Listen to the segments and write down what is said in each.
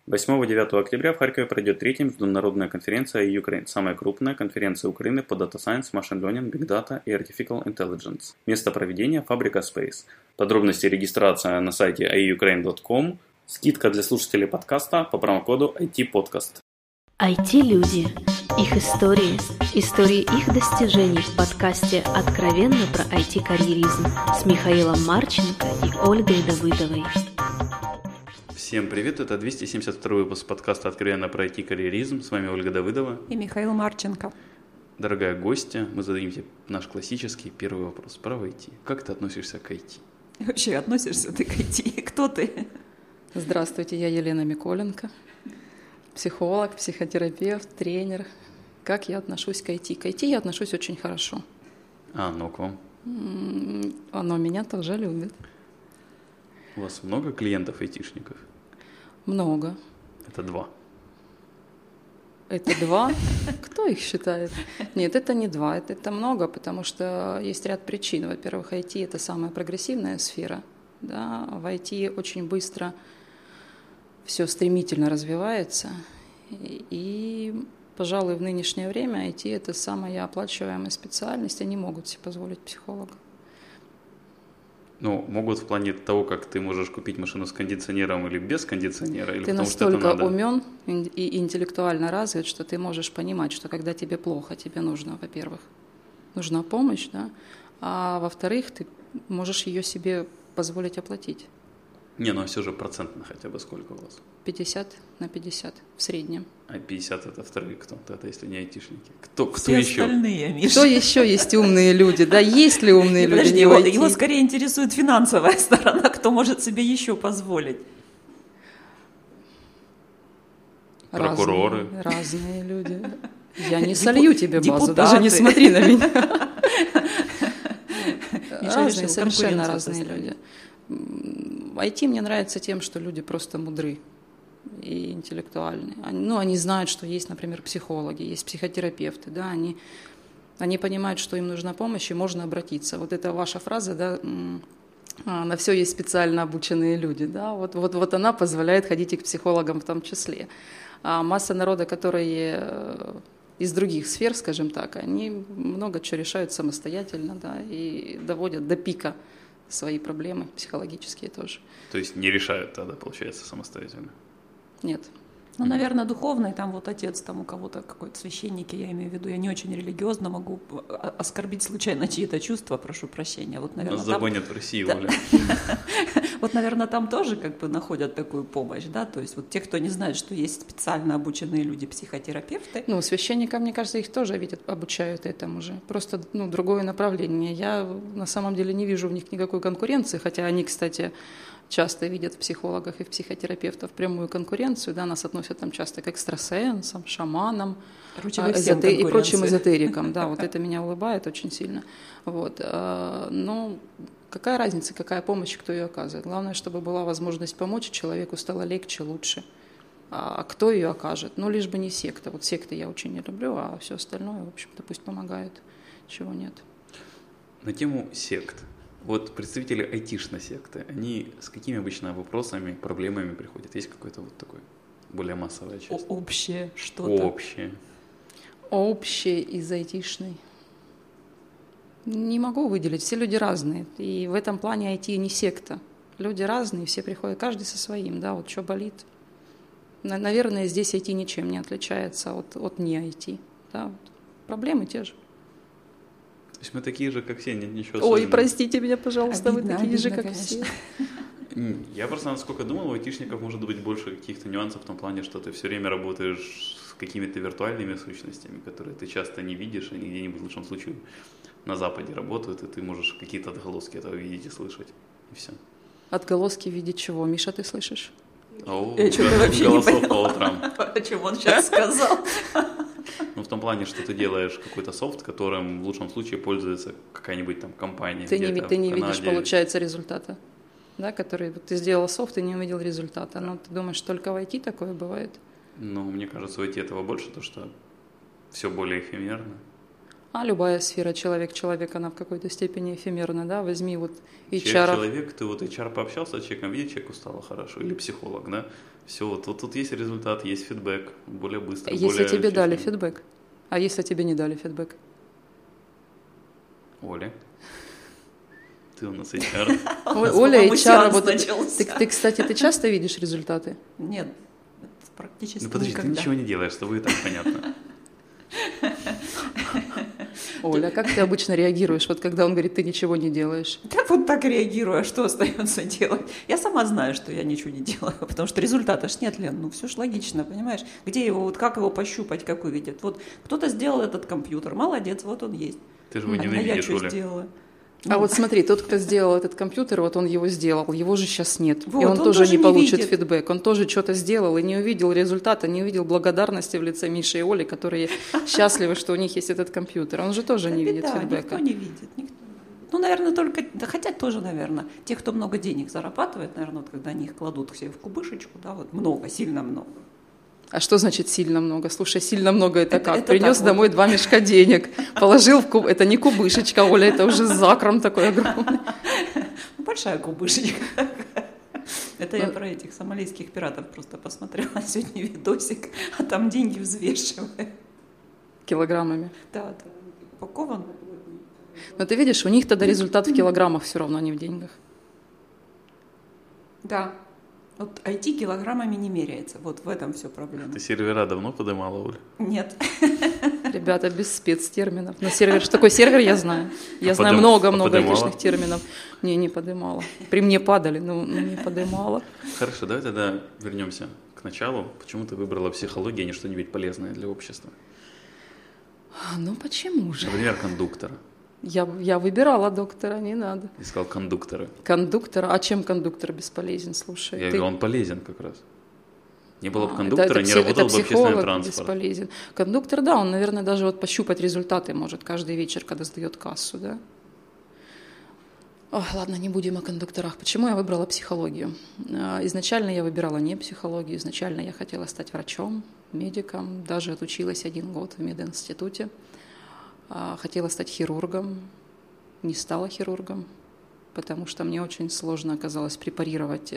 8-9 октября в Харькове пройдет третья международная конференция Ukraine, самая крупная конференция Украины по Data Science, Machine Learning, Big Data и Artificial Intelligence. Место проведения – фабрика Space. Подробности и регистрация на сайте iukraine.com. Скидка для слушателей подкаста по промокоду IT-подкаст. IT-люди. Их истории. Истории их достижений в подкасте «Откровенно про IT-карьеризм» с Михаилом Марченко и Ольгой Давыдовой. Всем привет, это 272 выпуск подкаста «Откровенно про IT-карьеризм». С вами Ольга Давыдова и Михаил Марченко. Дорогая гостья, мы зададим тебе наш классический первый вопрос про IT. Как ты относишься к IT? Вообще относишься ты к IT? Кто ты? Здравствуйте, я Елена Миколенко, психолог, психотерапевт, тренер. Как я отношусь к IT? К IT я отношусь очень хорошо. Ну к вам? Оно меня тоже любит. У вас много клиентов-айтишников? Много. Это 2. Это 2? Кто их считает? Нет, это не 2, это много, потому что есть ряд причин. Во-первых, IT – это самая прогрессивная сфера. Да? В IT очень быстро все стремительно развивается. И, пожалуй, в нынешнее время IT – это самая оплачиваемая специальность, они могут себе позволить психолога. Могут в плане того, как ты можешь купить машину с кондиционером или без кондиционера? Или ты настолько умен и интеллектуально развит, что ты можешь понимать, что когда тебе плохо, тебе нужно, во-первых, нужна помощь, да? А во-вторых, ты можешь ее себе позволить оплатить. А все же процентно хотя бы сколько у вас? 50/50 в среднем. А 50 это вторые кто? Это если не айтишники. Кто все еще? Остальные, Миша. Кто еще есть умные люди? Да, есть ли умные люди? Подожди, его скорее интересует финансовая сторона, кто может себе еще позволить. Прокуроры. Разные люди. Я не солью тебе базу, депутаты. даже не смотри на меня. Разные, совершенно разные люди. IT мне нравится тем, что люди просто мудры и интеллектуальны. Они знают, что есть, например, психологи, есть психотерапевты, да, они понимают, что им нужна помощь и можно обратиться. Вот это ваша фраза, да, на все есть специально обученные люди, да, вот она позволяет ходить и к психологам в том числе. А масса народа, которые из других сфер, скажем так, они много чего решают самостоятельно, да, и доводят до пика свои проблемы психологические тоже. То есть не решают тогда, получается, самостоятельно? Нет. Наверное, духовный, там вот отец, там у кого-то какой-то священник, я имею в виду, я не очень религиозно, могу оскорбить случайно чьи-то чувства, прошу прощения. Вот, наверное, нас загонят в Россию, да. Оля. Вот, наверное, там тоже как бы находят такую помощь, да, то есть вот те, кто не знает, что есть специально обученные люди, психотерапевты. Священникам, мне кажется, их тоже видят, обучают этому же, просто, другое направление. Я на самом деле не вижу в них никакой конкуренции, хотя они, кстати, часто видят в психологах и в психотерапевтах прямую конкуренцию, да, нас относят там часто к экстрасенсам, шаманам и прочим эзотерикам, да, вот это меня улыбает очень сильно, вот, но какая разница, какая помощь, кто ее оказывает, главное, чтобы была возможность помочь, человеку стало легче, лучше, а кто ее окажет, лишь бы не секта, вот секты я очень не люблю, а все остальное, в общем-то, пусть помогает, чего нет. На тему сект. Вот представители айтишной секты, они с какими обычно вопросами, проблемами приходят? Есть какой-то вот такой более массовая часть? Общее что-то. Общее из айтишной. Не могу выделить, все люди разные. И в этом плане IT не секта. Люди разные, все приходят, каждый со своим, да, вот что болит. Наверное, здесь IT ничем не отличается от не IT. Да, вот. Проблемы те же. То есть мы такие же, как все, нет ничего особенного. Ой, простите меня, пожалуйста, обидно, вы такие же, как конечно. все. Я просто, насколько думал, у айтишников может быть больше каких-то нюансов в том плане, что ты все время работаешь с какими-то виртуальными сущностями, которые ты часто не видишь, они где-нибудь в лучшем случае на Западе работают, и ты можешь какие-то отголоски этого видеть и слышать, и все. Отголоски в виде чего? Миша, ты слышишь? Я что-то вообще не голосов поняла, по утрам. о чем он сейчас сказал. В том плане, что ты делаешь какой-то софт, которым в лучшем случае пользуется какая-нибудь там компания. Ты не видишь, получается, результата, да, который ты сделал софт и не увидел результата. Но ты думаешь, только в IT такое бывает? Мне кажется, в IT этого больше, то что все более эфемерно. А любая сфера человек, она в какой-то степени эфемерна, да, возьми вот HR. Человек, ты вот HR пообщался с человеком, видишь, человеку стало хорошо, или психолог, да, Все, вот тут есть результат, есть фидбэк, более быстро, Если более тебе дали эффективно. фидбэк, а если тебе не дали фидбэк? Оля, ты у нас HR. Оля, по-моему, HR, сеанс вот начался. ты, кстати, ты часто видишь результаты? Нет, это практически Ну подожди, ты никогда. ничего не делаешь, с тобой и так понятно. Оля, как ты обычно реагируешь, вот когда он говорит, ты ничего не делаешь? Я вот так реагирую, а что остается делать? Я сама знаю, что я ничего не делаю, потому что результата ж нет, Лен, ну все ж логично, понимаешь? Где его, вот как его пощупать, как увидеть? Вот кто-то сделал этот компьютер, молодец, вот он есть. Ты же его А я ненавидишь, что Оля. сделала? А вот смотри, тот, кто сделал этот компьютер, вот он его сделал, его же сейчас нет. Вот, И он тоже не не получит видит. фидбэк. Он тоже что-то сделал и не увидел результата, не увидел благодарности в лице Миши и Оли, которые счастливы, что у них есть этот компьютер. Он же тоже не видит Да, фидбэка. никто не видит. Ну, наверное, только, да, хотя тоже, наверное, те, кто много денег зарабатывает, наверное, вот когда они их кладут все в кубышечку, да, вот много, сильно много. А что значит сильно много? Слушай, сильно много это как? Это Принес так домой 2 мешка денег, положил в куб. Это не кубышечка, Оля, это уже закром такой огромный. Ну, большая кубышечка. Это я про этих сомалийских пиратов просто посмотрела сегодня видосик, а там деньги взвешивают. Килограммами. Да, упакован. Но ты видишь, у них тогда результат в килограммах все равно, а не в деньгах. Да. Вот IT килограммами не меряется. Вот в этом все проблема. Ты сервера давно поднимала, Оля? Нет. Ребята, без спецтерминов. На сервер, что такое сервер, я знаю. Я знаю много-много подымала? айтишных терминов. Не подымала. При мне падали, но не подымала. Хорошо, давай тогда вернемся к началу. Почему ты выбрала психологию, а не что-нибудь полезное для общества? Ну почему же? Например, кондуктора. Я выбирала доктора, не надо. Искал кондуктора. Кондуктора? А чем кондуктор бесполезен, слушай? Я говорю, он полезен как раз. Не было бы Это кондуктора, не работал бы общественный психолог транспорт. бесполезен. Кондуктор, да, он, наверное, даже вот пощупать результаты может каждый вечер, когда сдает кассу, да. Ой, ладно, не будем о кондукторах. Почему я выбрала психологию? Изначально я выбирала не психологию, изначально я хотела стать врачом, медиком, даже отучилась 1 год в мединституте. Хотела стать хирургом, не стала хирургом, потому что мне очень сложно оказалось препарировать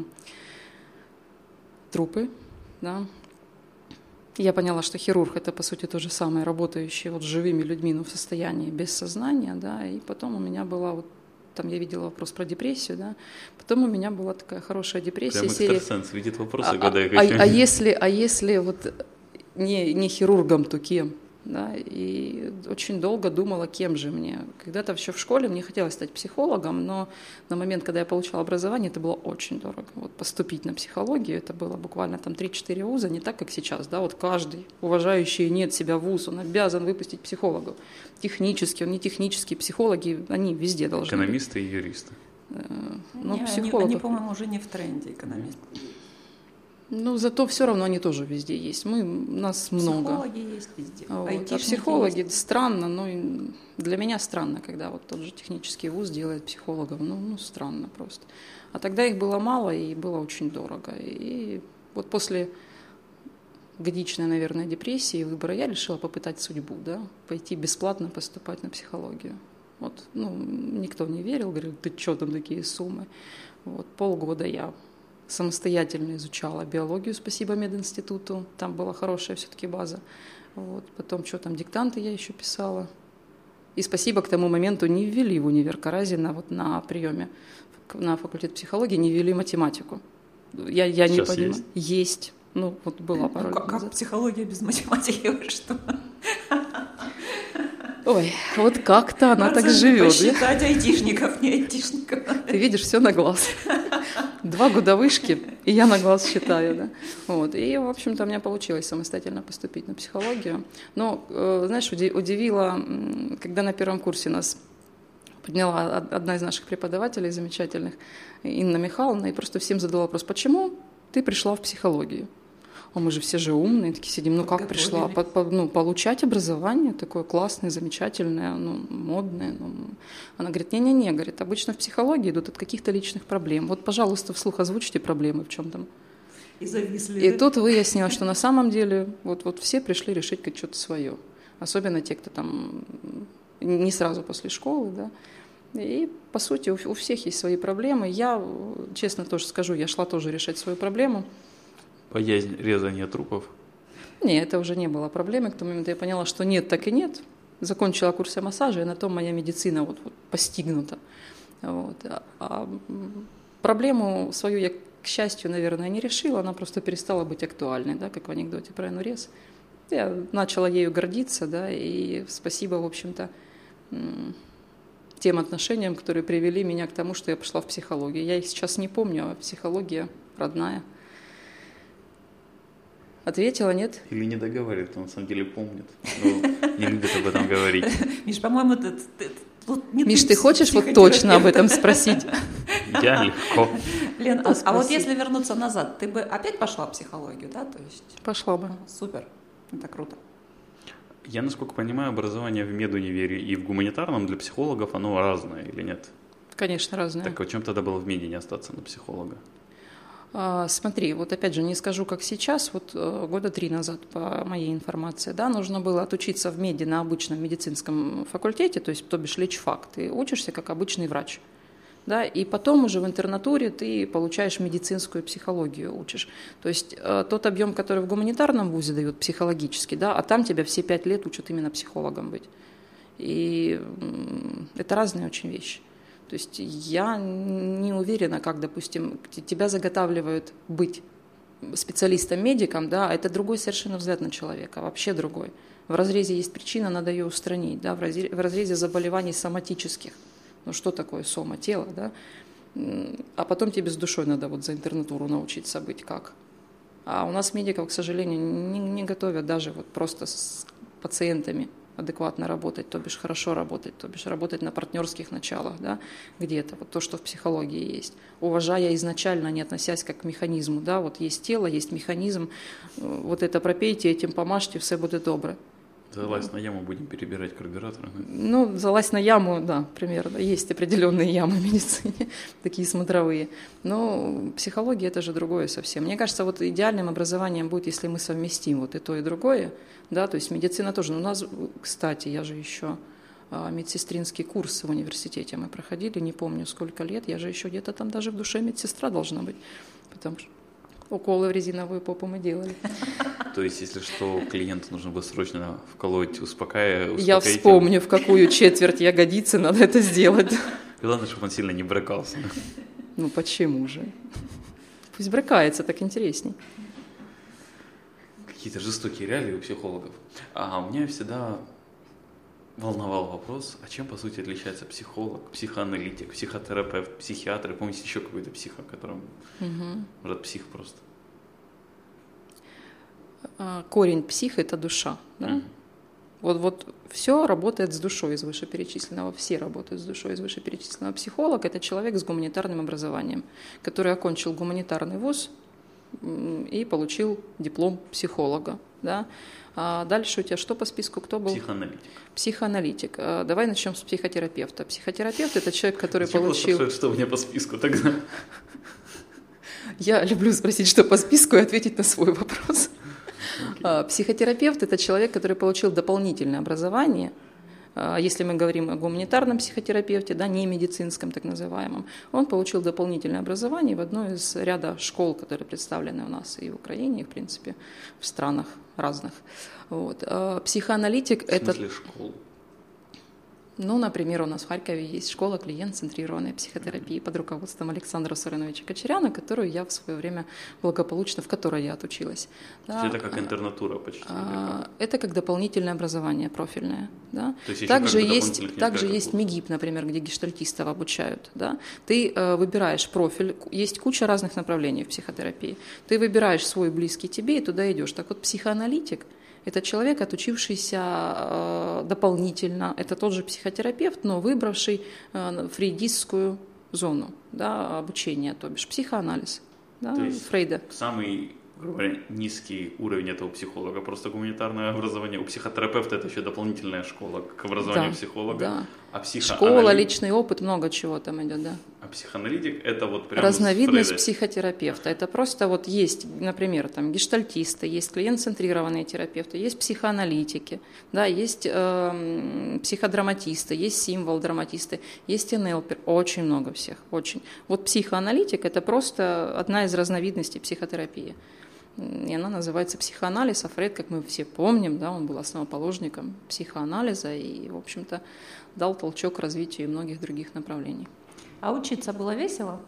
трупы. Да. Я поняла, что хирург – это, по сути, то же самое, работающий вот с живыми людьми, но в состоянии без сознания. Да. И потом у меня была, вот, там я видела вопрос про депрессию, да. Потом у меня была такая хорошая депрессия. Прям экстрасенс видит вопросы, когда я а если вот не хирургом, то кем? Да, и очень долго думала, кем же мне. Когда-то еще в школе мне хотелось стать психологом, но на момент, когда я получала образование, это было очень дорого. Вот поступить на психологию, это было буквально там 3-4 вуза, не так, как сейчас. Да, вот каждый уважающий нет себя вуз, он обязан выпустить психологов. Технический, он не технический, психологи, они везде должны быть. Экономисты и юристы. Ну, Не, психологов. они, по-моему, уже не в тренде, экономисты. Ну, зато все равно они тоже везде есть. Нас много. Психологи есть везде. Вот. А Айтишники психологи есть. странно, но для меня странно, когда вот тот же технический вуз делает психологов. Ну, странно просто. А тогда их было мало и было очень дорого. И вот после годичной, наверное, депрессии, выбора, я решила попытать судьбу, да, пойти бесплатно поступать на психологию. Вот, никто не верил, говорил, ты что там такие суммы? Вот, полгода я самостоятельно изучала биологию, спасибо мединституту, там была хорошая все-таки база. Вот. Потом, что там, диктанты я еще писала. И спасибо, к тому моменту не ввели в универ Каразина, вот на приеме на факультет психологии, не ввели математику. Я не понимаю. Есть. Ну, вот была пару лет назад. Как психология без математики, вы что? Ой, вот как-то она так живет. Посчитать айтишников, не айтишников. Ты видишь, все на глаз. 2 года вышки, и я на глаз считаю, да. Вот. И, в общем-то, у меня получилось самостоятельно поступить на психологию. Но, знаешь, удивило, когда на первом курсе нас подняла одна из наших преподавателей замечательных, Инна Михайловна, и просто всем задала вопрос, почему ты пришла в психологию? А мы же все же умные, такие сидим, как пришла? Получать образование такое классное, замечательное, модное. Она говорит, не-не-не, говорит, обычно в психологии идут от каких-то личных проблем. Вот, пожалуйста, вслух озвучьте проблемы в чем там. И зависли. И тут выяснилось, что на самом деле вот все пришли решить как что-то свое. Особенно те, кто там не сразу после школы, да. И, по сути, у всех есть свои проблемы. Я, честно тоже скажу, я шла тоже решать свою проблему. Боязнь резания трупов? Нет, это уже не было проблемой. К тому моменту я поняла, что нет, так и нет. Закончила курсы массажа, и на том моя медицина вот постигнута. Вот. Проблему свою я, к счастью, наверное, не решила, она просто перестала быть актуальной, да, как в анекдоте про инурез. Я начала ею гордиться, да, и спасибо, в общем-то, тем отношениям, которые привели меня к тому, что я пошла в психологию. Я их сейчас не помню, а психология родная. Ответила, нет? Или не договаривает, он на самом деле помнит, но не любит об этом говорить. Миш, по-моему, Миш, ты хочешь вот точно об этом спросить? Я легко. Лен, а вот если вернуться назад, ты бы опять пошла в психологию, да? То есть... Пошла бы. Супер, это круто. Я, насколько понимаю, образование в медунивере и в гуманитарном для психологов, оно разное или нет? Конечно, разное. Так а чем тогда было в меди не остаться на психолога? Смотри, вот опять же, не скажу, как сейчас, вот года 3 назад, по моей информации, да, нужно было отучиться в меди на обычном медицинском факультете, то есть, то бишь, лечфак, ты учишься как обычный врач, да, и потом уже в интернатуре ты получаешь медицинскую психологию, учишь. То есть, тот объем, который в гуманитарном вузе дают, психологический, да, а там тебя все 5 лет учат именно психологом быть. И это разные очень вещи. То есть я не уверена, как, допустим, тебя заготавливают быть специалистом-медиком, да, а это другой совершенно взгляд на человека, вообще другой. В разрезе есть причина, надо ее устранить, да, в разрезе заболеваний соматических. Ну что такое сома? Тело, да? А потом тебе с душой надо вот за интернатуру научиться быть как. А у нас медиков, к сожалению, не готовят даже вот просто с пациентами адекватно работать, то бишь хорошо работать, то бишь работать на партнерских началах, да, где-то, вот то, что в психологии есть, уважая изначально, не относясь как к механизму, да, вот есть тело, есть механизм, вот это пропейте, этим помажьте, все будет добре. Залазь на яму, будем перебирать карбюраторы. Ну, залазь на яму, да, примерно, есть определенные ямы в медицине, такие смотровые, но психология это же другое совсем. Мне кажется, вот идеальным образованием будет, если мы совместим вот и то, и другое, да, то есть медицина тоже. Но у нас, кстати, я же еще медсестринский курс в университете мы проходили, не помню сколько лет, я же еще где-то там даже в душе медсестра должна быть, потому что уколы в резиновую попу мы делали. То есть, если что, клиенту нужно было срочно вколоть успокаивающее. Я вспомню, в какую четверть ягодицы надо это сделать. Главное, чтобы он сильно не брыкался. Ну почему же? Пусть брыкается, так интересней. Какие-то жестокие реалии у психологов. А у меня всегда волновал вопрос, а чем, по сути, отличается психолог, психоаналитик, психотерапевт, психиатр, помните, еще какой-то психо, которым, может, псих просто. Корень псих – это душа. Да? Вот все работает с душой из вышеперечисленного, все работают с душой из вышеперечисленного. Психолог – это человек с гуманитарным образованием, который окончил гуманитарный вуз и получил диплом психолога. Да? А дальше у тебя что по списку? Кто был? Психоаналитик. Психоаналитик. Давай начнем с психотерапевта. Психотерапевт – это человек, который получил… Что у меня по списку тогда? Я люблю спросить, что по списку, и ответить на свой вопрос. Психотерапевт – это человек, который получил дополнительное образование. Если мы говорим о гуманитарном психотерапевте, да, не медицинском так называемом, он получил дополнительное образование в одной из ряда школ, которые представлены у нас и в Украине, и, в принципе, в странах разных. Вот. Психоаналитик – это… В смысле школ? Ну, например, у нас в Харькове есть школа клиент-центрированной психотерапии под руководством Александра Суреновича Кочеряна, которую я в свое время благополучно, в которой я отучилась. Да. Это как интернатура почти? Это как дополнительное образование профильное. Да. Также есть МИГИП, например, где гештальтистов обучают. Да. Ты выбираешь профиль, есть куча разных направлений в психотерапии. Ты выбираешь свой близкий тебе и туда идешь. Так вот, психоаналитик – это человек, отучившийся дополнительно, это тот же психотерапевт, но выбравший фрейдистскую зону, да, обучения, то бишь психоанализ, да, то есть Фрейда. Самый, грубо говоря, низкий уровень этого психолога, просто гуманитарное образование. У психотерапевта это еще дополнительная школа к образованию психолога. Да. А школа, личный опыт, много чего там идет, да. А психоаналитик это вот прям разновидность психотерапевта. Это просто вот есть, например, там гештальтисты, есть клиент-центрированные терапевты, есть психоаналитики, да, есть психодраматисты, есть символ-драматисты, есть НЛП, очень много всех, очень. Вот психоаналитик – это просто одна из разновидностей психотерапии. и она называется «Психоанализ». А Фрейд, как мы все помним, да, он был основоположником психоанализа и, в общем-то, дал толчок к развитию и многих других направлений. А учиться было весело?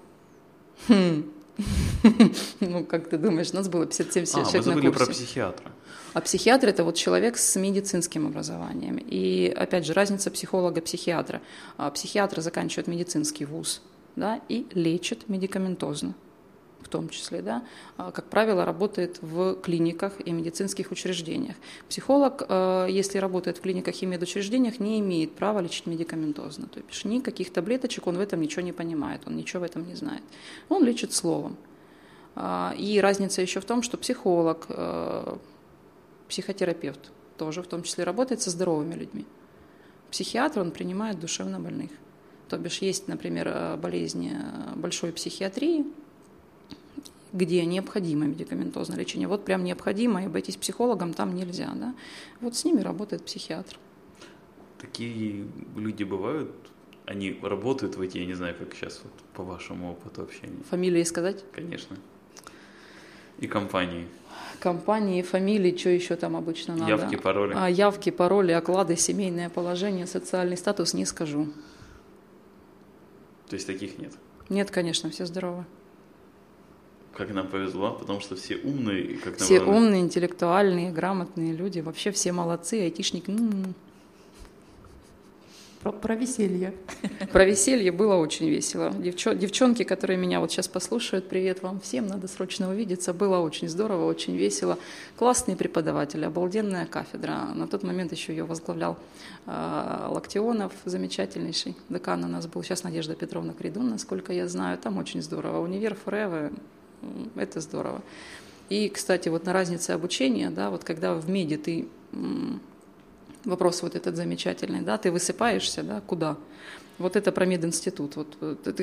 Ну, как ты думаешь, у нас было 57 человек на курсе. Вы забыли про психиатра. А психиатр – это вот человек с медицинским образованием. И, опять же, разница психолога-психиатра. Психиатр заканчивает медицинский вуз, да, и лечит медикаментозно, в том числе, да, как правило, работает в клиниках и медицинских учреждениях. Психолог, если работает в клиниках и медучреждениях, не имеет права лечить медикаментозно. То есть никаких таблеточек, он в этом ничего не понимает, он ничего в этом не знает. Он лечит словом. И разница еще в том, что психолог, психотерапевт тоже в том числе работает со здоровыми людьми. Психиатр, он принимает душевнобольных. То бишь есть, например, болезни большой психиатрии, где необходимо медикаментозное лечение. Вот прям необходимо, и обойтись психологом там нельзя. Да? Вот с ними работает психиатр. Такие люди бывают? Они работают в эти, я не знаю, как сейчас, вот, по вашему опыту общения. Фамилии сказать? Конечно. И компании. Компании, фамилии, что еще там обычно надо? Явки, пароли. Явки, пароли, оклады, семейное положение, социальный статус не скажу. То есть таких нет? Нет, конечно, все здоровы. Как нам повезло, потому что все умные. Как все умные, интеллектуальные, грамотные люди. Вообще все молодцы, айтишники. Про веселье. Про веселье было очень весело. Девчонки, которые меня вот сейчас послушают, привет вам всем, надо срочно увидеться. Было очень здорово, очень весело. Классные преподаватели, обалденная кафедра. На тот момент еще ее возглавлял Локтионов, замечательнейший декан у нас был. Сейчас Надежда Петровна Кридун, насколько я знаю. Там очень здорово. Универ Forever, это здорово. И, кстати, вот на разнице обучения, да, вот когда в меди ты... Вопрос вот этот замечательный, да, ты высыпаешься, да, куда? Вот это про мединститут, вот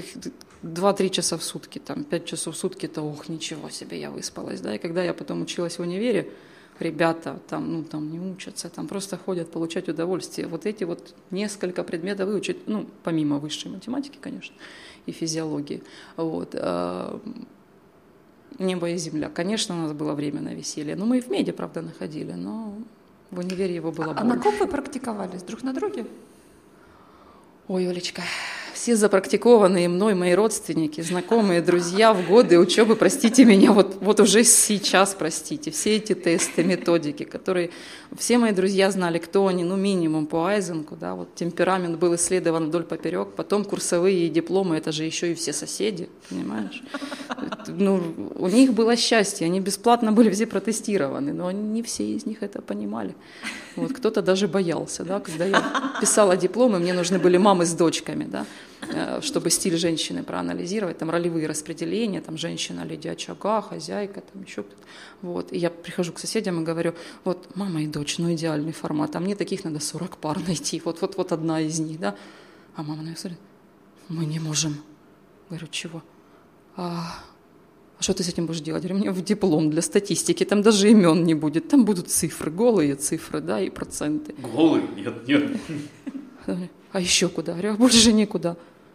2-3 часа в сутки, там, 5 часов в сутки, это, ох, ничего себе, я выспалась, да, и когда я потом училась в универе, ребята там не учатся, там просто ходят получать удовольствие, вот эти вот несколько предметов выучить, помимо высшей математики, конечно, и физиологии, вот, небо и земля, конечно, у нас было время на веселье, но мы и в меди, правда, находили, но... В универе его было больше. А на ком вы практиковались? Друг на друге? Ой, Олечка, все запрактикованные мной мои родственники, знакомые, друзья в годы учебы, простите меня, вот уже сейчас простите, все эти тесты, методики, которые все мои друзья знали, кто они, минимум по Айзенку, да, вот темперамент был исследован вдоль поперек, потом курсовые и дипломы, это же еще и все соседи, понимаешь? У них было счастье, они бесплатно были все протестированы, но не все из них это понимали. Вот кто-то даже боялся, да, когда я писала дипломы, мне нужны были мамы с дочками, да, чтобы стиль женщины проанализировать, там ролевые распределения, там женщина, леди очага, хозяйка, там еще кто-то. Вот. И я прихожу к соседям и говорю, вот мама и дочь, идеальный формат, а мне таких надо 40 пар найти, вот одна из них, да. А мама на меня смотрит, мы не можем. Говорю, чего? А что ты с этим будешь делать? Я говорю, мне в диплом для статистики, там даже имен не будет, там будут цифры, голые цифры, да, и проценты. Голые? Нет. А еще куда? Я говорю, больше никуда.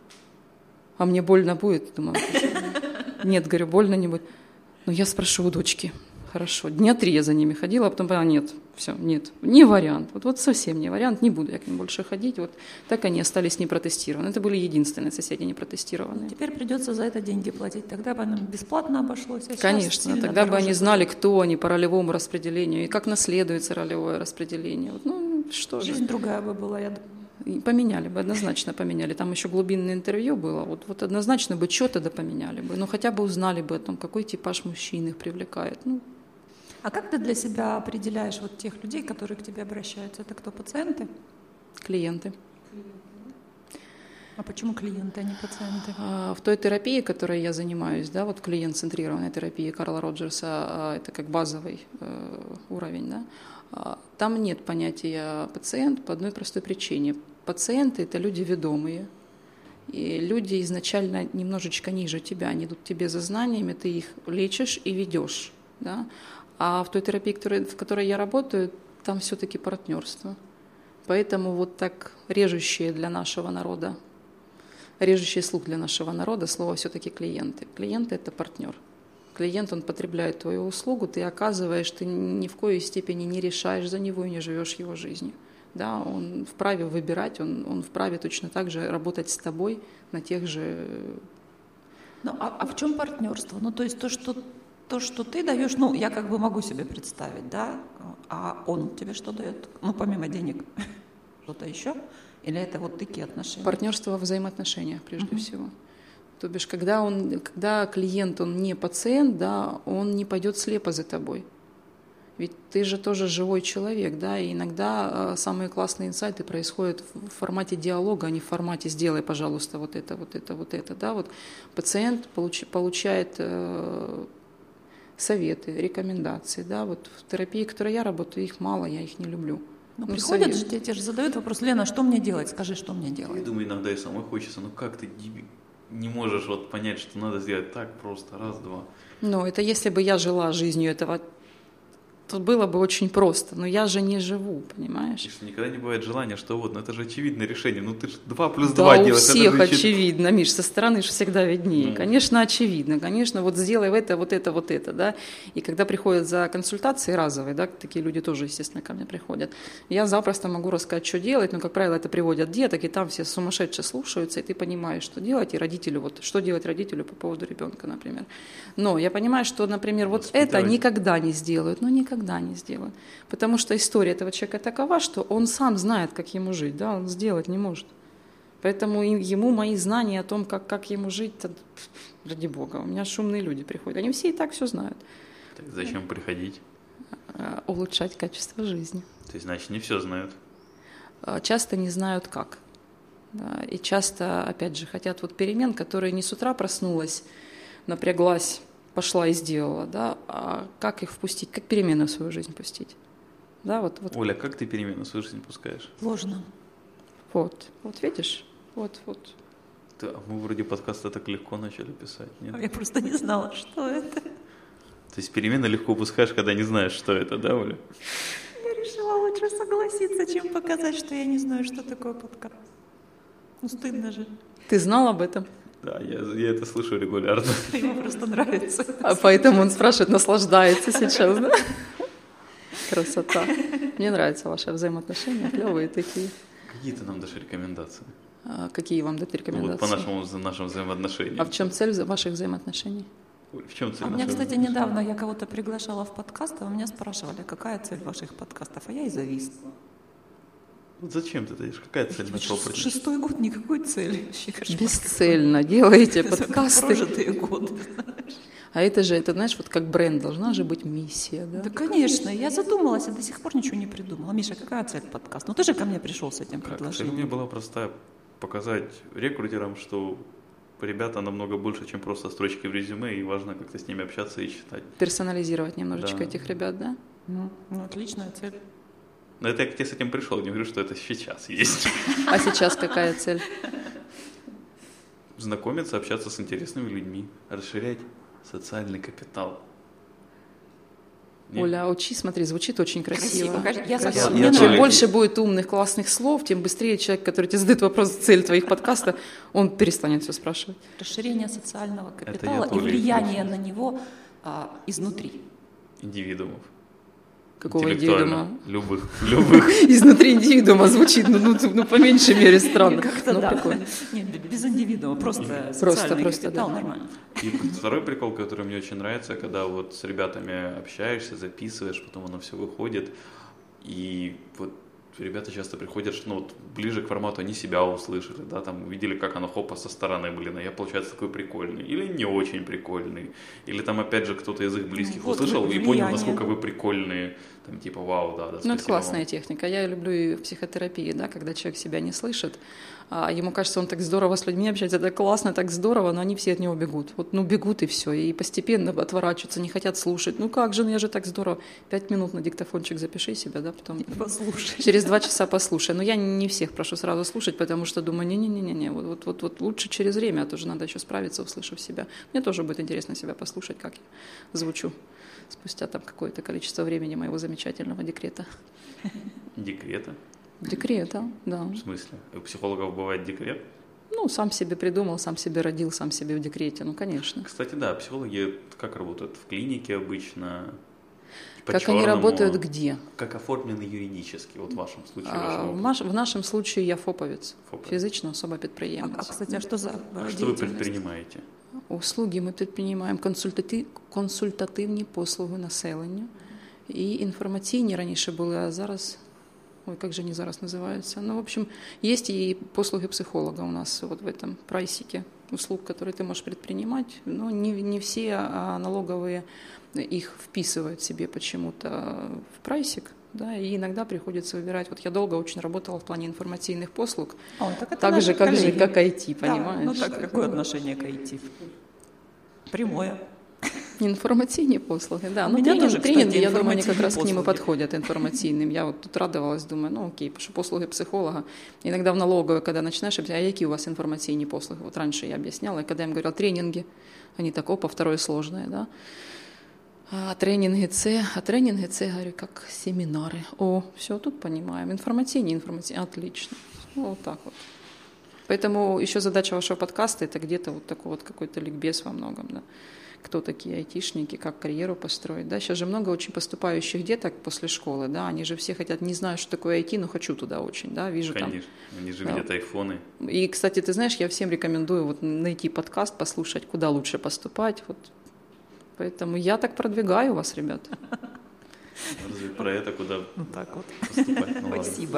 А мне больно будет? Думаю, нет, говорю, больно не будет. Я спрошу у дочки. Хорошо. Дня 3 я за ними ходила, а потом поняла, нет, все, нет, не вариант. Вот совсем не вариант, не буду я к ним больше ходить. Вот так они остались не протестированы. Это были единственные соседи не протестированные. Теперь придется за это деньги платить. Тогда бы нам бесплатно обошлось. Конечно, тогда бы они знали, кто они по ролевому распределению и как наследуется ролевое распределение. Что же. Жизнь другая бы была, я думаю. И поменяли бы, однозначно поменяли. Там еще глубинное интервью было. Вот однозначно бы что-то поменяли бы. Хотя бы узнали бы о том, какой типаж мужчин их привлекает. А как ты для себя определяешь вот тех людей, которые к тебе обращаются? Это кто, пациенты? Клиенты. А почему клиенты, а не пациенты? В той терапии, которой я занимаюсь, да, вот клиент-центрированной терапии Карла Роджерса, это как базовый уровень, да, там нет понятия пациент по одной простой причине. Пациенты – это люди ведомые, и люди изначально немножечко ниже тебя, они идут к тебе за знаниями, ты их лечишь и ведешь, да. А в той терапии, в которой я работаю, там все-таки партнерство. Поэтому вот так режущий слух для нашего народа слово все-таки клиенты. Клиенты – это партнер. Клиент, он потребляет твою услугу, ты оказываешь, ты ни в коей степени не решаешь за него и не живешь его жизнью. Да, он вправе выбирать, он вправе точно так же работать с тобой на тех же... Ну, а в чем партнерство? Ну, то есть то, что ты даешь, ну, я как бы могу себе представить, да, а он тебе что дает? Ну, помимо денег, что-то еще? Или это вот такие отношения? Партнерство во взаимоотношениях, прежде всего. То бишь, когда клиент, он не пациент, да, он не пойдет слепо за тобой. Ведь ты же тоже живой человек, да, и иногда самые классные инсайты происходят в формате диалога, а не в формате «сделай, пожалуйста, вот это, вот это, вот это». Да? Вот пациент получает советы, рекомендации. Да? Вот в терапии, в которой я работаю, их мало, я их не люблю. Ну, приходят же, тебе же задают вопрос: Лена, что мне делать? Скажи, что мне делать. Я думаю, иногда и самой хочется, ну как ты не можешь вот понять, что надо сделать так просто, раз-два. Ну, это если бы я жила жизнью этого, то было бы очень просто, но я же не живу, понимаешь? И что никогда не бывает желания, что вот, ну это же очевидное решение, ну ты же 2 плюс 2 да, делаешь. у всех очевидно, Миш, со стороны же всегда виднее. Ну. Конечно, очевидно, конечно, вот сделай это, вот это, вот это, да. И когда приходят за консультацией разовые, да, такие люди тоже, естественно, ко мне приходят, я запросто могу рассказать, что делать, но, как правило, это приводят деток, и там все сумасшедшие слушаются, и ты понимаешь, что делать, и родителю, вот, что делать родителю по поводу ребенка, например. Но я понимаю, что, например, вот это никогда не сделают, ну, никогда не сделают. Потому что история этого человека такова, что он сам знает, как ему жить, да, он сделать не может. Поэтому ему мои знания о том, как ему жить, ради бога, у меня шумные люди приходят, они все и так все знают. Так зачем приходить? Улучшать качество жизни. То есть, значит, не все знают? Часто не знают как. Да, и часто, опять же, хотят вот перемен, которые не с утра проснулась, напряглась, пошла и сделала, да, а как их впустить, как перемены в свою жизнь пустить. Да, вот. Оля, как ты перемены в свою жизнь пускаешь? Сложно. Вот видишь, вот. А мы вроде подкаста так легко начали писать, нет? Я просто не знала, что это. То есть перемены легко пускаешь, когда не знаешь, что это, да, Оля? Я решила лучше согласиться, чем показать, что я не знаю, что такое подкаст. Ну, стыдно же. Ты знал об этом? Да, я это слышу регулярно. Ему просто нравится. А поэтому он спрашивает, наслаждается сейчас, да? Красота. Мне нравятся ваши взаимоотношения, клевые такие. Какие ты нам дашь рекомендации? Какие вам дать рекомендации? Ну, вот по нашим взаимоотношениям. А в чем цель ваших взаимоотношений? В чем цель? У меня, кстати, недавно я кого-то приглашала в подкаст, а у меня спрашивали, какая цель ваших подкастов, а я и зависла. Вот зачем ты даешь? Какая цель нашего подкаста? 6-й год, никакой цели. Бесцельно делаете подкасты. Прожитые годы, знаешь. А это же, знаешь, вот как бренд, должна же быть миссия, да? Да, конечно. Я задумалась, я до сих пор ничего не придумала. Миша, какая цель подкаста? Ну, ты же ко мне пришел с этим предложением. Цель у меня была простая. Показать рекрутерам, что ребята намного больше, чем просто строчки в резюме, и важно как-то с ними общаться и читать. Персонализировать немножечко этих ребят, да? Ну, отличная цель. Но это я к тебе с этим пришел, не говорю, что это сейчас есть. А сейчас какая цель? Знакомиться, общаться с интересными людьми, расширять социальный капитал. Нет? Оля, учи, смотри, звучит очень красиво. Я красиво. Чем больше будет умных, классных слов, тем быстрее человек, который тебе задает вопрос, цель твоих подкастов, он перестанет все спрашивать. Расширение социального капитала и влияние на него изнутри. Индивидуумов. Какого индивидуума? Любых. Изнутри индивидуума звучит, ну по меньшей мере странно. Как-то да. Нет, без индивидуума, просто социальный капитал, да. Нормально. И второй прикол, который мне очень нравится, когда вот с ребятами общаешься, записываешь, потом оно все выходит, и вот ребята часто приходят, ну, вот, ближе к формату, они себя услышали, да, там увидели, как оно хопа со стороны, блин, а я, получается, такой прикольный, или не очень прикольный, или там, опять же, кто-то из их близких услышал и понял, насколько вы прикольные, там, типа, вау, да, ну, это классная техника, я люблю и в психотерапии, да, когда человек себя не слышит, а ему кажется, он так здорово с людьми общается, так классно, так здорово, но они все от него бегут. Вот, ну, бегут и все, и постепенно отворачиваются, не хотят слушать. Ну как же, ну я же так здорово. 5 минут на диктофончик запиши себя, да, потом... Послушай. Через 2 часа послушай. Но я не всех прошу сразу слушать, потому что думаю, не-не-не, вот лучше через время, а то же надо еще справиться, услышав себя. Мне тоже будет интересно себя послушать, как я звучу спустя там какое-то количество времени моего замечательного декрета. Декрета? Декрета, да. В смысле? У психологов бывает декрет? Ну, сам себе придумал, сам себе родил, сам себе в декрете, ну, конечно. Кстати, да, психологи как работают? В клинике обычно? Как они работают где? Как оформлены юридически, вот в вашем случае? В нашем случае я ФОПовец, фізична особа підприємець. Кстати, а что за что вы предпринимаете? Услуги ми підприємаємо консультативні послуги населенню і інформаційні раніше були, а зараз, як же они зараз называются? Ну, в общем, есть и послуги психолога у нас вот в этом прайсике услуг, которые ты можешь предпринимать, но не все налоговые их вписывают себе почему-то в прайсик, да, и иногда приходится выбирать. Вот я долго очень работала в плане информационных послуг, так же, как IT, понимаешь? Да, ну так, какое отношение к IT? Прямое. Информационные послуги, да. Ну, тренинги, я думаю, они как раз к ним и подходят, информационным. Я вот тут радовалась, думаю, ну окей, потому что послуги психолога. Иногда в налоговой, когда начинаешь объяснять, а какие у вас информационные послуги? Вот раньше я объясняла, и когда я им говорила тренинги, они так, опа, второе сложное, да. А тренинги це, говорю, как семинары. О, все, тут понимаем. Информационные, отлично. Ну, вот так вот. Поэтому еще задача вашего подкаста – это где-то вот такой вот какой-то ликбез во многом, да. Кто такие айтишники, как карьеру построить, да. Сейчас же много очень поступающих деток после школы, да, они же все хотят, не знаю, что такое IT, но хочу туда очень, да, вижу. Конечно, там, они же видят айфоны. И, кстати, ты знаешь, я всем рекомендую вот найти подкаст, послушать, куда лучше поступать, вот. Поэтому я так продвигаю вас, ребята. Разве про это куда так вот поступать? Ну, спасибо.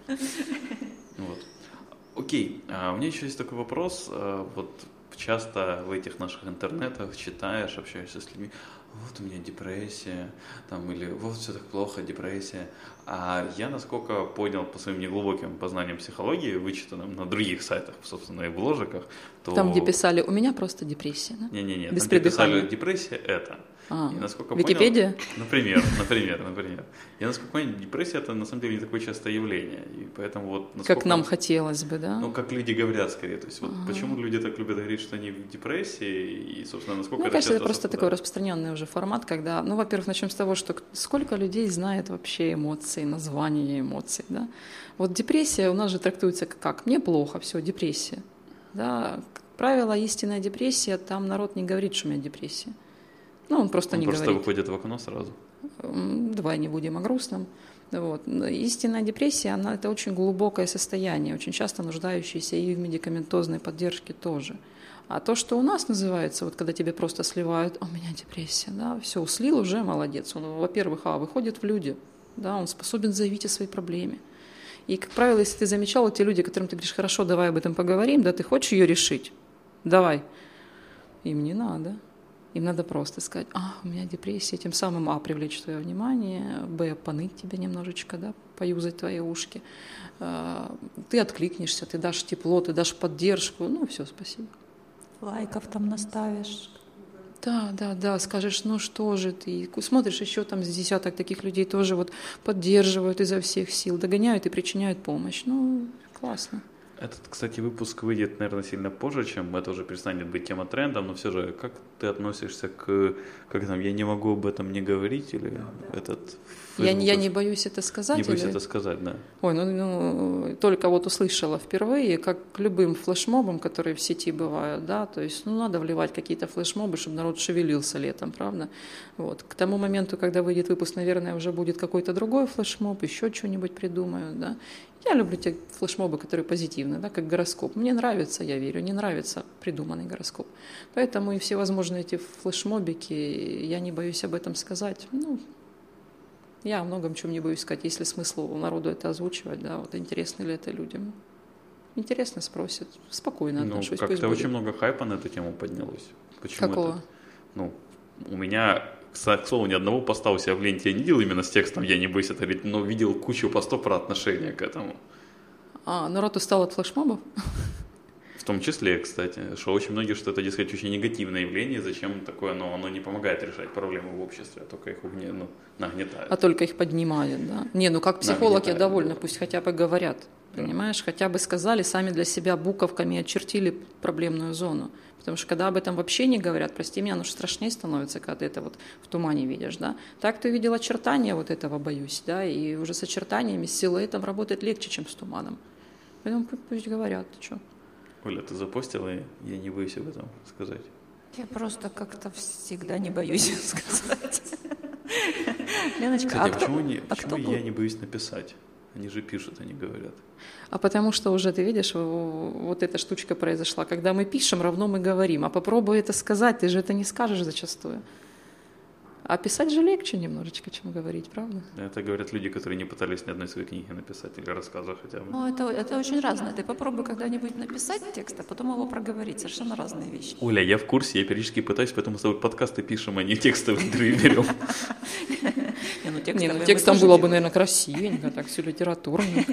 Вот. Окей, у меня еще есть такой вопрос. Вот часто в этих наших интернетах читаешь, общаешься с людьми, вот у меня депрессия, там, или вот все так плохо, депрессия. А я, насколько понял по своим неглубоким познаниям психологии, вычитанным на других сайтах, собственно, и бложиках, то... Там, где писали, у меня просто депрессия, да? Не-не-не, там, где писали, депрессия – это. И насколько Википедия? Понял, например. Я, насколько понял, депрессия – это, на самом деле, не такое частое явление. И поэтому вот… Как нам хотелось бы, да? Ну, как люди говорят, скорее. То есть, вот почему люди так любят говорить, что они в депрессии, и, собственно, насколько это кажется, это просто такой распространенный уже формат, когда… Ну, во-первых, начнем с того, что сколько людей знает вообще эмоции, название эмоций, да? Вот депрессия у нас же трактуется как «мне плохо, все, депрессия». Да? Как правило, истинная депрессия, там народ не говорит, что у меня депрессия. Ну, он просто не говорит. Он просто выходит в окно сразу. Давай не будем о грустном. Вот. Истинная депрессия, это очень глубокое состояние, очень часто нуждающееся и в медикаментозной поддержке тоже. А то, что у нас называется, вот когда тебе просто сливают, у меня депрессия, да, все, слил уже, молодец. Он, во-первых, выходит в люди, да, он способен заявить о своей проблеме. И, как правило, если ты замечал, те люди, которым ты говоришь, хорошо, давай об этом поговорим, да, ты хочешь ее решить? Давай. Им не надо. Им надо просто сказать, у меня депрессия, тем самым, привлечь твое внимание, поныть тебя немножечко, да, поюзать твои ушки. Ты откликнешься, ты дашь тепло, ты дашь поддержку, ну, все, спасибо. Лайков там наставишь. Да, скажешь, ну что же ты, смотришь, еще там с десяток таких людей тоже вот поддерживают изо всех сил, догоняют и причиняют помощь, ну, классно. Этот, кстати, выпуск выйдет, наверное, сильно позже, чем это уже перестанет быть тема трендом, но все же, как ты относишься к, как там, я не могу об этом не говорить, или этот... Я не боюсь это сказать? Не боюсь это сказать, да. Ой, ну, только вот услышала впервые, как к любым флешмобам, которые в сети бывают, да, то есть, надо вливать какие-то флешмобы, чтобы народ шевелился летом, правда? Вот. К тому моменту, когда выйдет выпуск, наверное, уже будет какой-то другой флешмоб, еще что-нибудь придумают, да. Я люблю те флешмобы, которые позитивны, да, как гороскоп. Мне нравится, я верю, не нравится придуманный гороскоп. Поэтому и все возможные эти флешмобики, я не боюсь об этом сказать. Я о многом чем не боюсь сказать, если смысл народу это озвучивать, да, вот интересно ли это людям. Интересно спросят, спокойно отношусь. Как-то очень много хайпа на эту тему поднялось. Почему Какого? Это? У меня, к слову, ни одного поста у себя в ленте я не видел именно с текстом «Я не боюсь это говорить», но видел кучу постов про отношение к этому. Народ устал от флешмобов? В том числе, кстати, что очень многие, что это, дескать, очень негативное явление, зачем такое, оно не помогает решать проблемы в обществе, а только их нагнетает. А только их поднимает, да? Как психолог я довольна, пусть хотя бы говорят, понимаешь, хотя бы сказали, сами для себя буковками очертили проблемную зону. Потому что когда об этом вообще не говорят, прости меня, оно же страшнее становится, когда ты это вот в тумане видишь, да. Так ты увидел очертания вот этого, боюсь, да, и уже с очертаниями, с силуэтом работать легче, чем с туманом. Поэтому пусть говорят, что. Оля, ты запостила, я не боюсь об этом сказать. Я просто как-то всегда не боюсь сказать. Леночка, кстати, почему я не боюсь написать? Они же пишут, они говорят. А потому что уже, ты видишь, вот эта штучка произошла. Когда мы пишем, равно мы говорим. А попробуй это сказать, ты же это не скажешь зачастую. А писать же легче немножечко, чем говорить, правда? Это говорят люди, которые не пытались ни одной своей книги написать или рассказа хотя бы. Ну, это очень разное. Ты попробуй когда-нибудь написать текст, а потом его проговорить. Совершенно разные вещи. Оля, я в курсе, я периодически пытаюсь, поэтому с тобой подкасты пишем, а не текстовые интервью берем. Текстом было бы, наверное, красивенько, так все литературненько.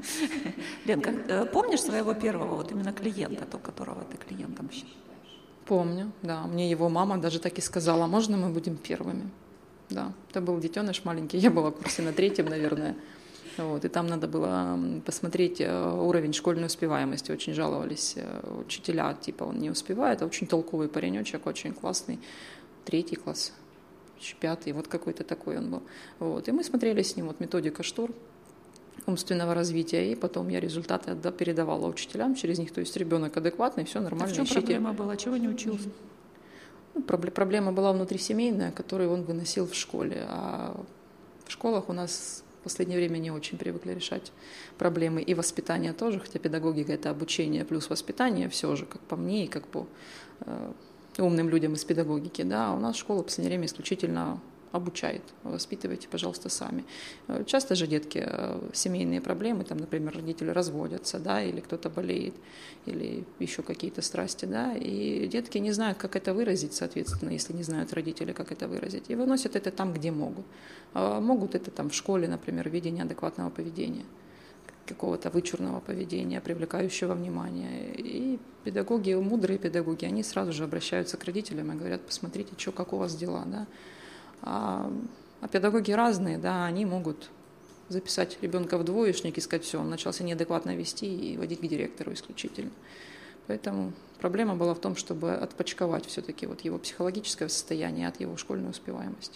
Ленка, помнишь своего первого вот именно клиента, которого ты клиентом считаешь? Помню, да. Мне его мама даже так и сказала, можно мы будем первыми? Да, это был детеныш маленький, я была в курсе на 3-м, наверное. Вот, и там надо было посмотреть уровень школьной успеваемости. Очень жаловались учителя, типа он не успевает, а очень толковый паренечек, очень классный. 3-й класс, 5-й, вот какой-то такой он был. Вот, и мы смотрели с ним вот методика ШТУР умственного развития, и потом я результаты передавала учителям через них, то есть ребенок адекватный, все нормально. А в чем проблема была, чего не учился? Ну, проблема была внутрисемейная, которую он выносил в школе, а в школах у нас в последнее время не очень привыкли решать проблемы, и воспитание тоже, хотя педагогика — это обучение плюс воспитание, все же, как по мне и как по умным людям из педагогики, да, а у нас школа в последнее время исключительно обучает, воспитывайте, пожалуйста, сами. Часто же детки семейные проблемы, там, например, родители разводятся, да, или кто-то болеет, или еще какие-то страсти, да, и детки не знают, как это выразить, соответственно, если не знают родители, как это выразить, и выносят это там, где могут. Могут это там в школе, например, в виде неадекватного поведения, какого-то вычурного поведения, привлекающего внимание. И педагоги, мудрые педагоги, они сразу же обращаются к родителям и говорят, посмотрите, что, как у вас дела, да. А педагоги разные, да, они могут записать ребенка в двоечник и сказать, все, он начался неадекватно вести и водить к директору исключительно. Поэтому проблема была в том, чтобы отпочковать все-таки вот его психологическое состояние от его школьной успеваемости.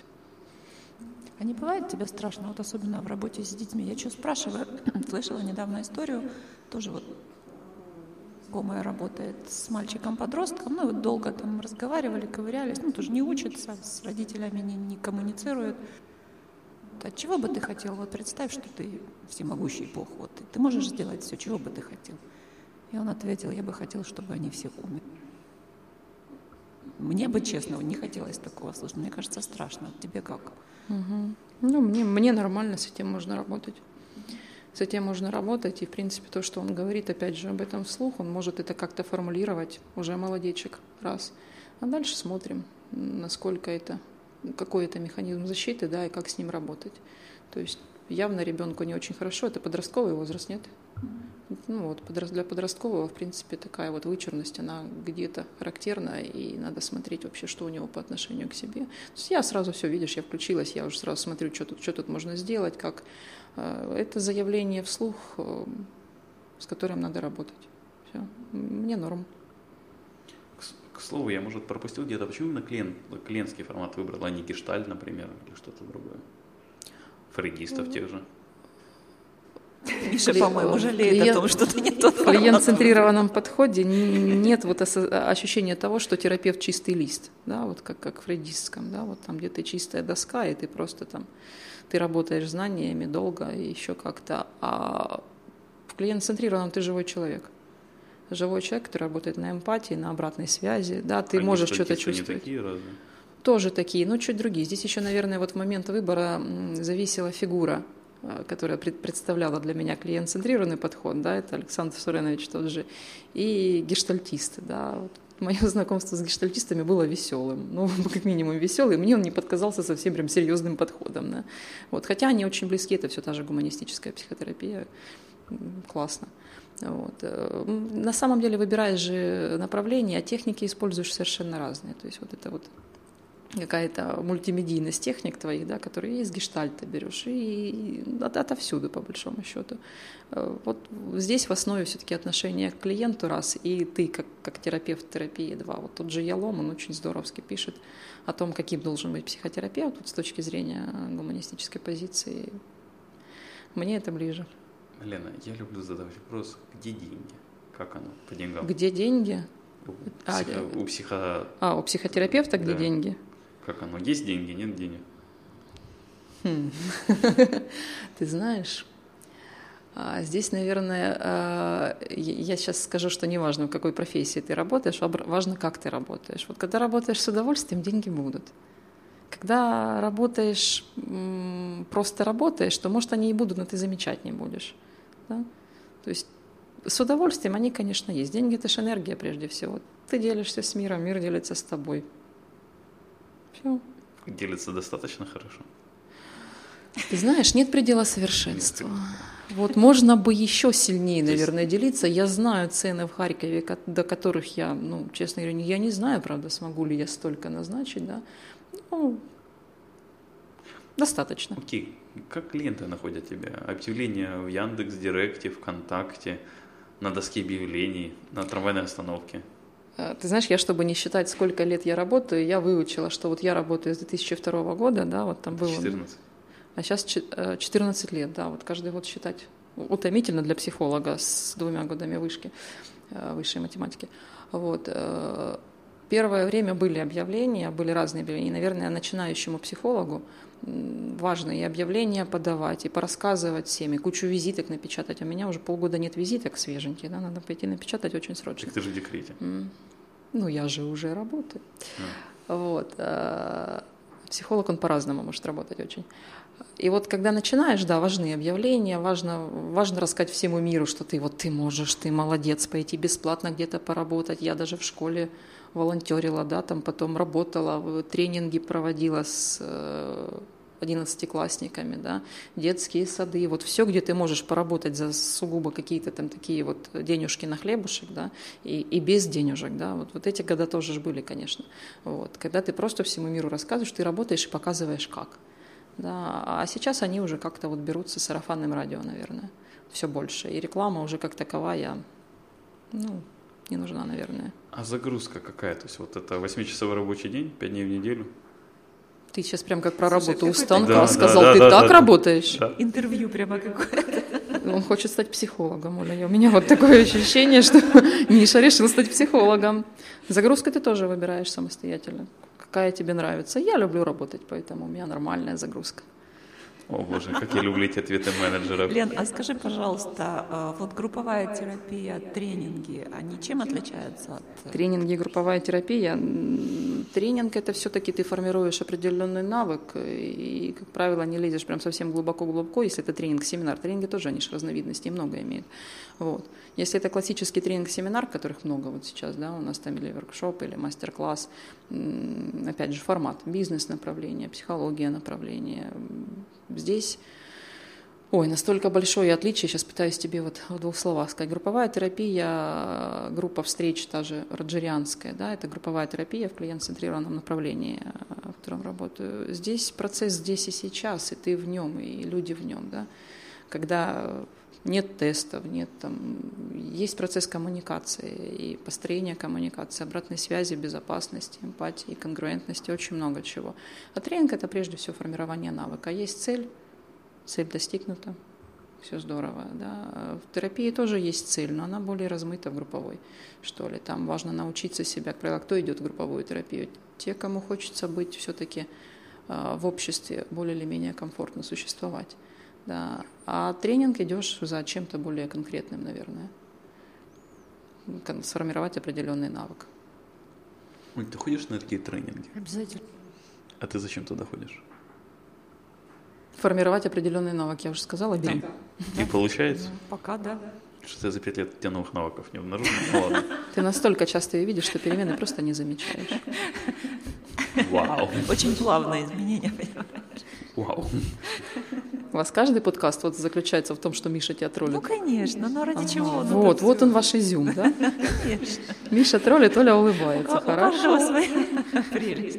А не бывает тебе страшно, вот особенно в работе с детьми? Я что спрашиваю, слышала недавно историю, тоже вот моя работает с мальчиком-подростком, ну вот долго там разговаривали, ковырялись, ну тоже не учатся, с родителями не коммуницируют. От чего бы ты хотел? Вот представь, что ты всемогущий Бог, вот ты можешь сделать все, чего бы ты хотел. И он ответил, я бы хотел, чтобы они все умерли. Мне бы, честно, не хотелось такого слушать, мне кажется, страшно. Тебе как? Угу. Ну, мне нормально, с этим можно работать. С этим можно работать, и, в принципе, то, что он говорит, опять же, об этом вслух, он может это как-то формулировать, уже молодечек, раз. А дальше смотрим, насколько это, какой это механизм защиты, да, и как с ним работать. То есть явно ребенку не очень хорошо, это подростковый возраст, нет? Ну вот, для подросткового, в принципе, такая вот вычурность, она где-то характерна, и надо смотреть вообще, что у него по отношению к себе. То есть я сразу все, видишь, я включилась, я уже сразу смотрю, что тут можно сделать, как... Это заявление вслух, с которым надо работать. Все. Мне норм. К слову, я, может, пропустил где-то, почему именно клиентский формат выбрал, а не гештальт, например, или что-то другое? Фрейдистов тех же. Миша, по-моему, жалеет о том, что ты не тот формат. В клиент-центрированном подходе нет вот ощущения того, что терапевт чистый лист, да, вот как в фрейдистском, да, вот там, где ты чистая доска, и ты просто там, ты работаешь знаниями долго и еще как-то, а в клиент-центрированном ты живой человек. Живой человек, который работает на эмпатии, на обратной связи, да, ты можешь что-то чувствовать. Не такие разве? Тоже такие, но чуть другие. Здесь еще, наверное, вот в момент выбора зависела фигура, которая представляла для меня клиент-центрированный подход, да, это Александр Суренович тот же, и гештальтисты, да. Вот мое знакомство с гештальтистами было веселым, ну, как минимум веселым, мне он не подказался совсем прям серьезным подходом, да. Вот, хотя они очень близки, это все та же гуманистическая психотерапия, классно. Вот. На самом деле выбираешь же направление, а техники используешь совершенно разные, то есть вот это вот какая-то мультимедийность техник твоих, да, которые из гештальта берешь, и отовсюду, по большому счету. Вот здесь в основе все-таки отношение к клиенту, раз, и ты, как терапевт терапии, два. Вот тот же Ялом, он очень здоровски пишет о том, каким должен быть психотерапевт, вот с точки зрения гуманистической позиции. Мне это ближе. Лена, я люблю задавать вопрос, где деньги? Как оно по деньгам? Где деньги? У у психотерапевта где Да. деньги? Как оно? Есть деньги, нет денег? Ты знаешь, здесь, наверное, я сейчас скажу, что не важно, в какой профессии ты работаешь, важно, как ты работаешь. Вот когда работаешь с удовольствием, деньги будут. Когда работаешь, просто работаешь, то, может, они и будут, но ты замечать не будешь. Да? То есть с удовольствием они, конечно, есть. Деньги – это же энергия прежде всего. Ты делишься с миром, мир делится с тобой. Все. Делится достаточно хорошо. Ты знаешь, нет предела совершенства. Вот можно бы еще сильнее, наверное, делиться. Я знаю цены в Харькове, до которых я, честно говоря, я не знаю, правда, смогу ли я столько назначить, да. Достаточно. Окей. Как клиенты находят тебя? Объявления в Яндекс.Директе, ВКонтакте, на доске объявлений, на трамвайной остановке? Ты знаешь, я, чтобы не считать, сколько лет я работаю, я выучила, что вот я работаю с 2002 года, да, вот там было... 14. А сейчас 14 лет, да, вот каждый год считать утомительно для психолога с 2 годами высшей математики. Вот. Первое время были объявления, были разные объявления. Наверное, начинающему психологу важно и объявления подавать, и порассказывать всем, и кучу визиток напечатать. У меня уже полгода нет визиток свеженьких, да, надо пойти напечатать очень срочно. Так ты же в декрете. Я же уже работаю. Вот. Психолог, он по-разному может работать очень. И вот когда начинаешь, да, важны объявления, важно рассказать всему миру, что ты можешь, ты молодец, пойти бесплатно где-то поработать. Я даже в школе волонтерила, да, там потом работала, тренинги проводила с 11-классниками, да, детские сады, вот все, где ты можешь поработать за сугубо какие-то там такие вот денежки на хлебушек, да, и без денежек, да, вот эти года тоже ж были, конечно, вот, когда ты просто всему миру рассказываешь, ты работаешь и показываешь как, да, а сейчас они уже как-то вот берутся сарафанным радио, наверное, все больше, и реклама уже как таковая, не нужна, наверное. А загрузка какая? То есть вот это 8-часовой рабочий день, 5 дней в неделю? Ты сейчас прям как про работу у какой-то- станка сказал, ты так работаешь? Да. Интервью прямо какое-то. Он хочет стать психологом, Оля. У меня вот такое ощущение, что Миша решил стать психологом. Загрузку ты тоже выбираешь самостоятельно. Какая тебе нравится. Я люблю работать, поэтому у меня нормальная загрузка. О боже, как я люблю эти ответы менеджеров. Лен, а скажи, пожалуйста, вот групповая терапия, тренинги, они чем отличаются от... Тренинги, групповая терапия. Тренинг – это все-таки ты формируешь определенный навык, и, как правило, не лезешь прям совсем глубоко-глубоко, если это тренинг-семинар. Тренинги тоже, они же разновидностей много имеют. Вот. Если это классический тренинг-семинар, которых много вот сейчас, да, у нас там или воркшоп, или мастер-класс, опять же, формат, бизнес-направление, психология направление. Здесь, настолько большое отличие, сейчас пытаюсь тебе вот в 2 словах сказать. Групповая терапия, группа встреч, та же роджерианская, да, это групповая терапия в клиент-центрированном направлении, в котором работаю. Здесь процесс здесь и сейчас, и ты в нем, и люди в нем, да, когда нет тестов, есть процесс коммуникации и построения коммуникации, обратной связи, безопасности, эмпатии, конгруентности, очень много чего. А тренинг – это прежде всего формирование навыка. Есть цель достигнута, все здорово. Да. В терапии тоже есть цель, но она более размыта в групповой, что ли. Там важно научиться себя, как правило, кто идет в групповую терапию? Те, кому хочется быть все-таки в обществе более или менее комфортно существовать. Да. А тренинг идешь за чем-то более конкретным, наверное. Сформировать определенный навык. Ой, ты ходишь на такие тренинги? Обязательно. А ты зачем туда ходишь? Формировать определенный навык, я уже сказала, бери. И получается? Пока, да. Что ты за 5 лет у тебя новых навыков не обнаружил? Ну ладно. Ты настолько часто ее видишь, что перемены просто не замечаешь. Вау. Очень плавное изменение, понимаешь? Вау. У вас каждый подкаст вот заключается в том, что Миша тебя троллит? Ну, конечно, но ради чего? Вот он ваш изюм, да? Конечно. Миша троллит, Оля улыбается. У каждого Хорошо. своя прелесть.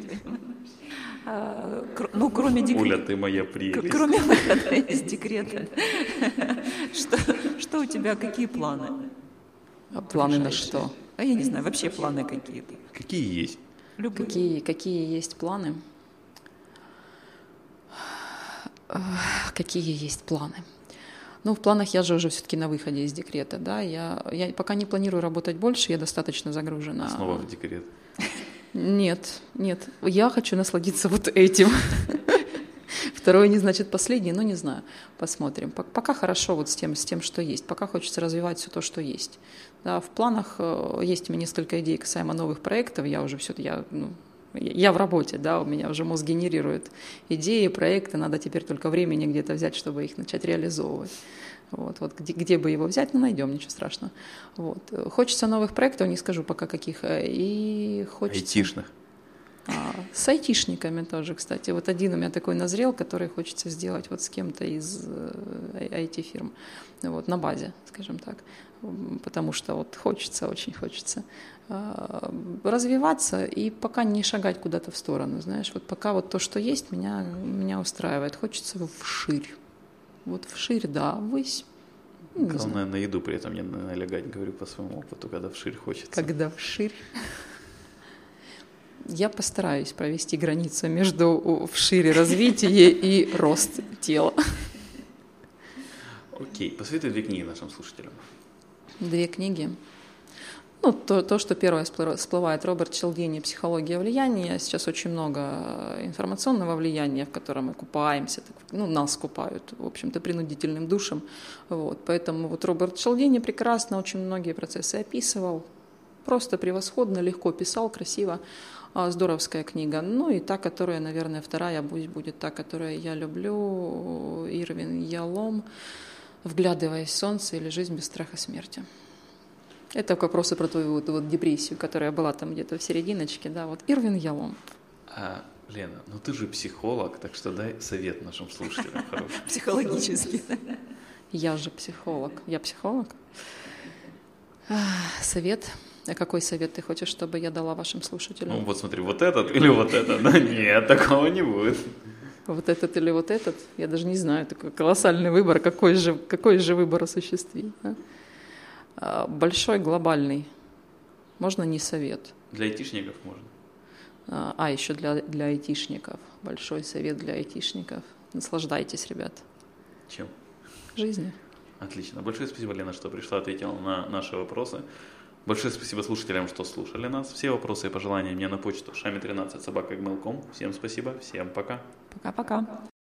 Кроме Оля, декрета. ты моя прелесть. Кроме выхода из декрета. Что у тебя, какие планы? А планы на что? А я не знаю, вообще планы какие-то. Какие есть? Любые. Какие есть планы? Какие есть планы? Ну, в планах я же уже все-таки на выходе из декрета, да, я пока не планирую работать больше, я достаточно загружена. Снова в декрет. Нет, я хочу насладиться вот этим. Второе не значит последнее, но не знаю, посмотрим. Пока хорошо вот с тем, что есть, пока хочется развивать все то, что есть. Да, в планах есть у меня несколько идей касаемо новых проектов, я в работе, да, у меня уже мозг генерирует идеи, проекты, надо теперь только времени где-то взять, чтобы их начать реализовывать. Вот где бы его взять, найдем, ничего страшного. Вот. Хочется новых проектов, не скажу пока каких, и хочется... Айтишных. С айтишниками тоже, кстати. Вот один у меня такой назрел, который хочется сделать вот с кем-то из IT-фирм, вот, на базе, скажем так. Потому что вот хочется, очень хочется развиваться и пока не шагать куда-то в сторону, знаешь. Вот пока вот то, что есть, меня устраивает. Хочется вширь. Вот вширь, да, ввысь. Главное, на еду при этом не налегать, говорю по своему опыту, когда вширь хочется. Когда вширь. Я постараюсь провести границу между вшире развитие и рост тела. Окей, посоветуй 2 книги нашим слушателям. 2 книги. Ну, то, что первое всплывает, Роберт Чалдини «Психология влияния». Сейчас очень много информационного влияния, в котором мы купаемся, нас купают, в общем-то, принудительным душем. Вот. Поэтому вот Роберт Чалдини прекрасно очень многие процессы описывал, просто превосходно, легко писал, красиво. Здоровская книга. Ну и та, которая, наверное, вторая будет та, которую я люблю, Ирвин Ялом «Вглядываясь в солнце» или «Жизнь без страха смерти». Это к вопросу про твою вот депрессию, которая была там где-то в серединочке, да, вот Ирвин Ялом. Лена, ты же психолог, так что дай совет нашим слушателям хороший. Психологический. Я же психолог. Я психолог? Совет? А какой совет ты хочешь, чтобы я дала вашим слушателям? Ну вот смотри, вот этот или вот этот? Да нет, такого не будет. Вот этот или вот этот? Я даже не знаю, такой колоссальный выбор. Какой же выбор осуществить? А? Большой, глобальный. Можно не совет. Для айтишников можно. Еще для айтишников. Большой совет для айтишников. Наслаждайтесь, ребят. Чем? Жизнью. Отлично. Большое спасибо, Лена, что пришла, ответила на наши вопросы. Большое спасибо слушателям, что слушали нас. Все вопросы и пожелания мне на почту shami13@gmail.com. Всем спасибо, всем пока. Пока-пока.